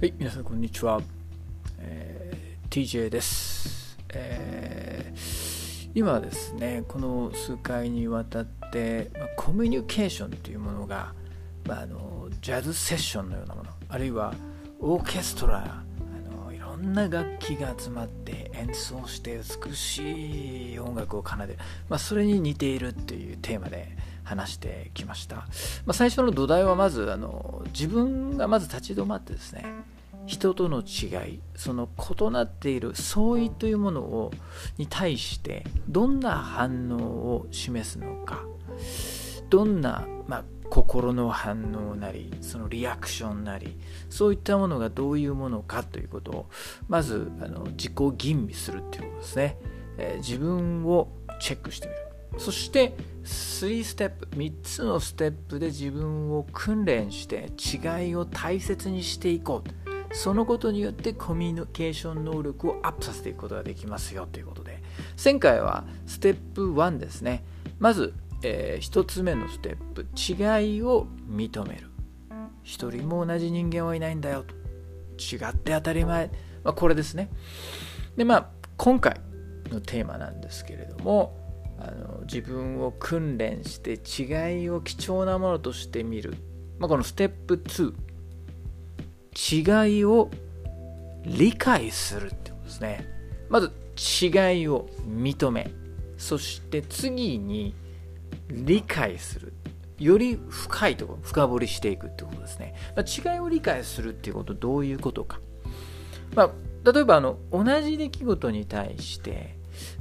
はい、皆さんこんにちは、TJ です、今ですね、この数回にわたって、コミュニケーションというものが、ジャズセッションのようなもの、あるいはオーケストラ、いろんな楽器が集まって演奏して美しい音楽を奏でる、それに似ているというテーマで話してきました。最初の土台はまず自分がまず立ち止まってですね、人との違い、その異なっている相違というものに対してどんな反応を示すのか、どんな、心の反応なり、そのリアクションなり、そういったものがどういうものかということをまず自己吟味するということですね。自分をチェックしてみる。そして3つのステップで自分を訓練して違いを大切にしていこう。そのことによってコミュニケーション能力をアップさせていくことができますよということで、前回はステップ1ですね。まず、1つ目のステップ、違いを認める。一人も同じ人間はいないんだよと、違って当たり前、これですね。で、今回のテーマなんですけれども、自分を訓練して違いを貴重なものとして見る、このステップ2、違いを理解するってことですね。まず違いを認め、そして次に理解する、より深いところ深掘りしていくってことですね。違いを理解するっていうこと、どういうことか、例えば同じ出来事に対して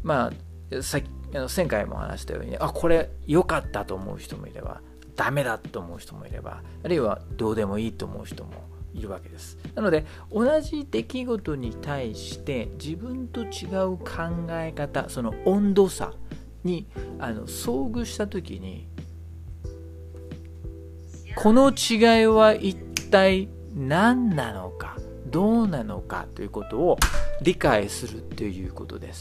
前回も話したように、これ良かったと思う人もいれば、ダメだと思う人もいれば、あるいはどうでもいいと思う人もいるわけです。なので同じ出来事に対して自分と違う考え方、その温度差に遭遇したときに、この違いは一体何なのか、どうなのかということを理解するということです。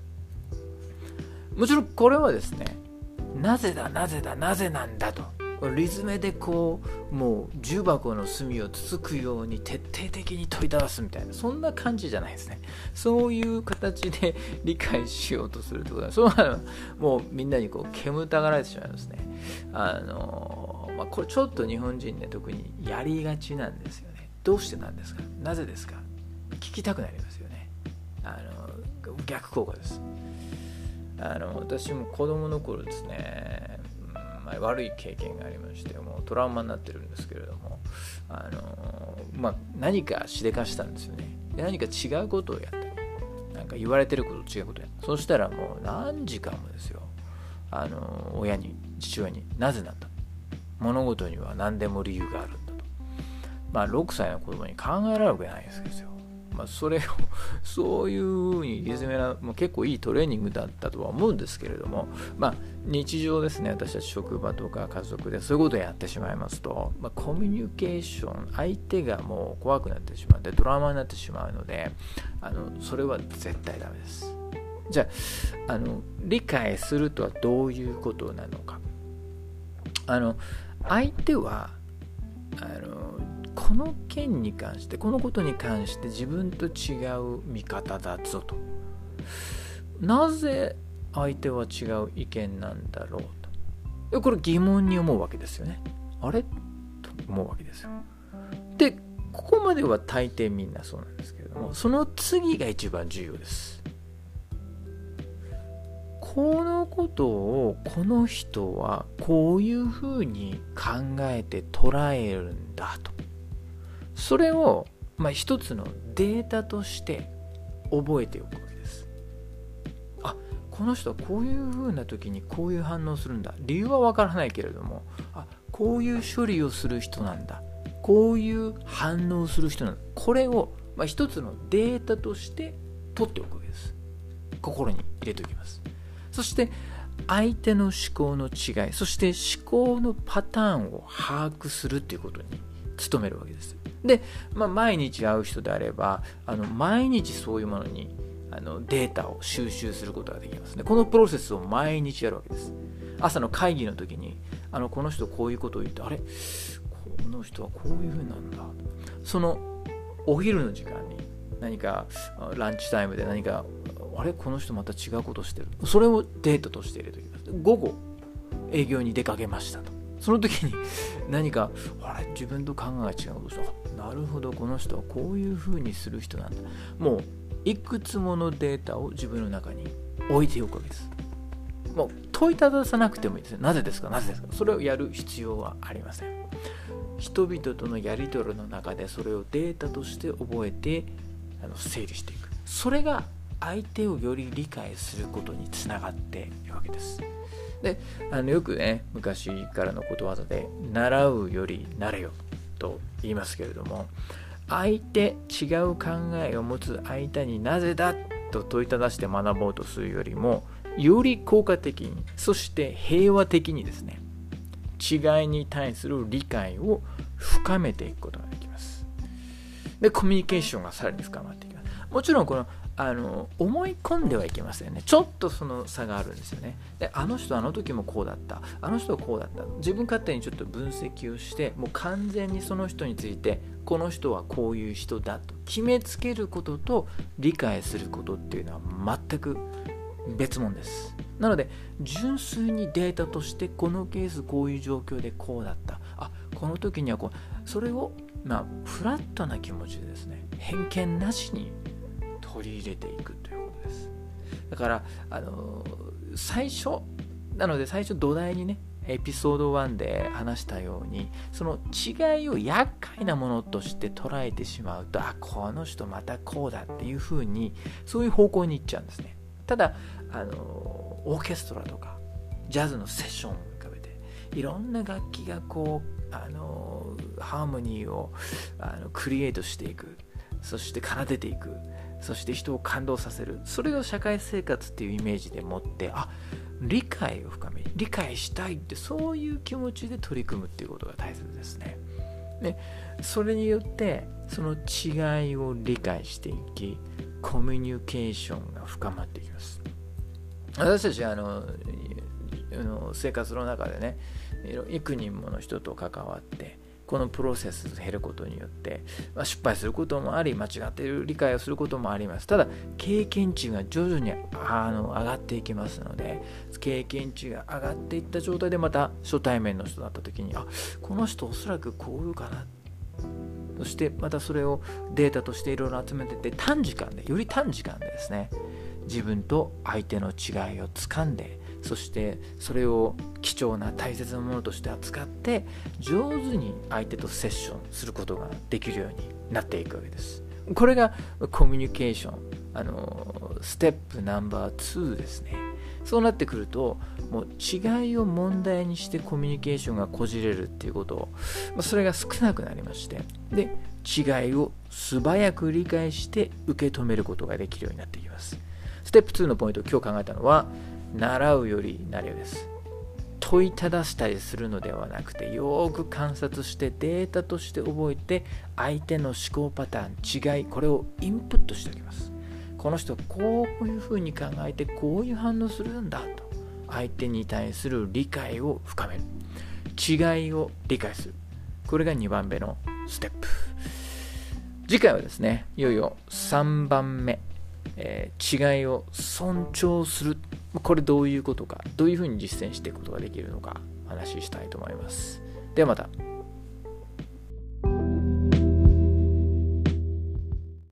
もちろんこれはですね、なぜだなぜなんだとリズムでもう重箱の隅をつつくように徹底的に問いただすみたいな、そんな感じじゃないですね。そういう形で理解しようとするということは、そうなのもうみんなに煙たがられてしまいますね。これちょっと日本人ね、特にやりがちなんですよね。どうしてなんですか、なぜですか、聞きたくなりますよね。逆効果です。私も子供の頃ですね、悪い経験がありまして、もうトラウマになってるんですけれども、何かしでかしたんですよね。で、何か違うことをやった、なんか言われてることと違うことをやった。そしたらもう何時間もですよ、父親になぜなんだ、物事には何でも理由があるんだと、6歳の子供に考えられるわけないですよ。それをそういうふうにリズムな、結構いいトレーニングだったとは思うんですけれども、日常ですね、私たち職場とか家族でそういうことをやってしまいますと、コミュニケーション、相手がもう怖くなってしまってドラマになってしまうので、それは絶対ダメです。じゃあ、理解するとはどういうことなのか。相手はこの件に関して、このことに関して自分と違う見方だぞと。なぜ相手は違う意見なんだろうと。これ疑問に思うわけですよね。あれと思うわけですよ。で、ここまでは大抵みんなそうなんですけれども、その次が一番重要です。このことをこの人はこういうふうに考えて捉えるんだと。それを、一つのデータとして覚えておくわけです。この人はこういう風な時にこういう反応するんだ。理由はわからないけれども、こういう処理をする人なんだ。こういう反応する人なんだ。これを、一つのデータとして取っておくわけです。心に入れておきます。そして相手の思考の違い、そして思考のパターンを把握するということに努めるわけです。で、毎日会う人であれば、毎日そういうものにデータを収集することができますね。このプロセスを毎日やるわけです。朝の会議の時にこの人こういうことを言って、あれこの人はこういう風なんだ、そのお昼の時間に何かランチタイムで何かあれこの人また違うことしてる、それをデータとして入れておきます。午後営業に出かけましたと、その時に何かあれ自分と考えが違うことした、なるほどこの人はこういう風にする人なんだ、もういくつものデータを自分の中に置いておくわけです。もう問いたださなくてもいいですね。なぜですかなぜですか、それをやる必要はありません。人々とのやり取りの中でそれをデータとして覚えて整理していく、それが相手をより理解することにつながっているわけです。で、よくね昔からのことわざで習うより慣れよと言いますけれども、違う考えを持つ相手になぜだと問いただして学ぼうとするよりも、より効果的に、そして平和的にですね、違いに対する理解を深めていくことができます。で、コミュニケーションがさらに深まっていきます。もちろんこの思い込んではいけませんね。ちょっとその差があるんですよね。で、あの人あの時もこうだった、あの人はこうだった、自分勝手にちょっと分析をして、もう完全にその人についてこの人はこういう人だと決めつけることと理解することっていうのは全く別物です。なので純粋にデータとしてこのケースこういう状況でこうだった、この時にはこう、それをフラットな気持ちでですね、偏見なしに取り入れていくということです。だから最初土台にねエピソード1で話したように、その違いを厄介なものとして捉えてしまうと、この人またこうだっていう風にそういう方向に行っちゃうんですね。ただオーケストラとかジャズのセッションを浮かべて、いろんな楽器がこうハーモニーをクリエイトしていく、そして奏でていく、そして人を感動させる、それを社会生活っていうイメージでもって、理解を深め、理解したいって、そういう気持ちで取り組むっていうことが大切ですね。で、それによってその違いを理解していき、コミュニケーションが深まっていきます。私たち生活の中でね、幾人もの人と関わってこのプロセスを経ることによって、失敗することもあり、間違っている理解をすることもあります。ただ経験値が徐々に上がっていきますので、経験値が上がっていった状態でまた初対面の人だった時に、この人おそらくこういうかな、そしてまたそれをデータとしていろいろ集めていって、より短時間でですね、自分と相手の違いをつかんで、そしてそれを貴重な大切なものとして扱って上手に相手とセッションすることができるようになっていくわけです。これがコミュニケーションステップナンバー2ですね。そうなってくると、もう違いを問題にしてコミュニケーションがこじれるっていうことを、それが少なくなりまして、で違いを素早く理解して受け止めることができるようになっていきます。ステップ2のポイントを今日考えたのは、習うより慣れよです。問いただしたりするのではなくて、よく観察してデータとして覚えて、相手の思考パターン、違い、これをインプットしておきます。この人はこういうふうに考えてこういう反応するんだと、相手に対する理解を深める、違いを理解する、これが2番目のステップ。次回はですね、いよいよ3番目、違いを尊重する、これどういうことか、どういうふうに実践していくことができるのか話したいと思います。ではまた。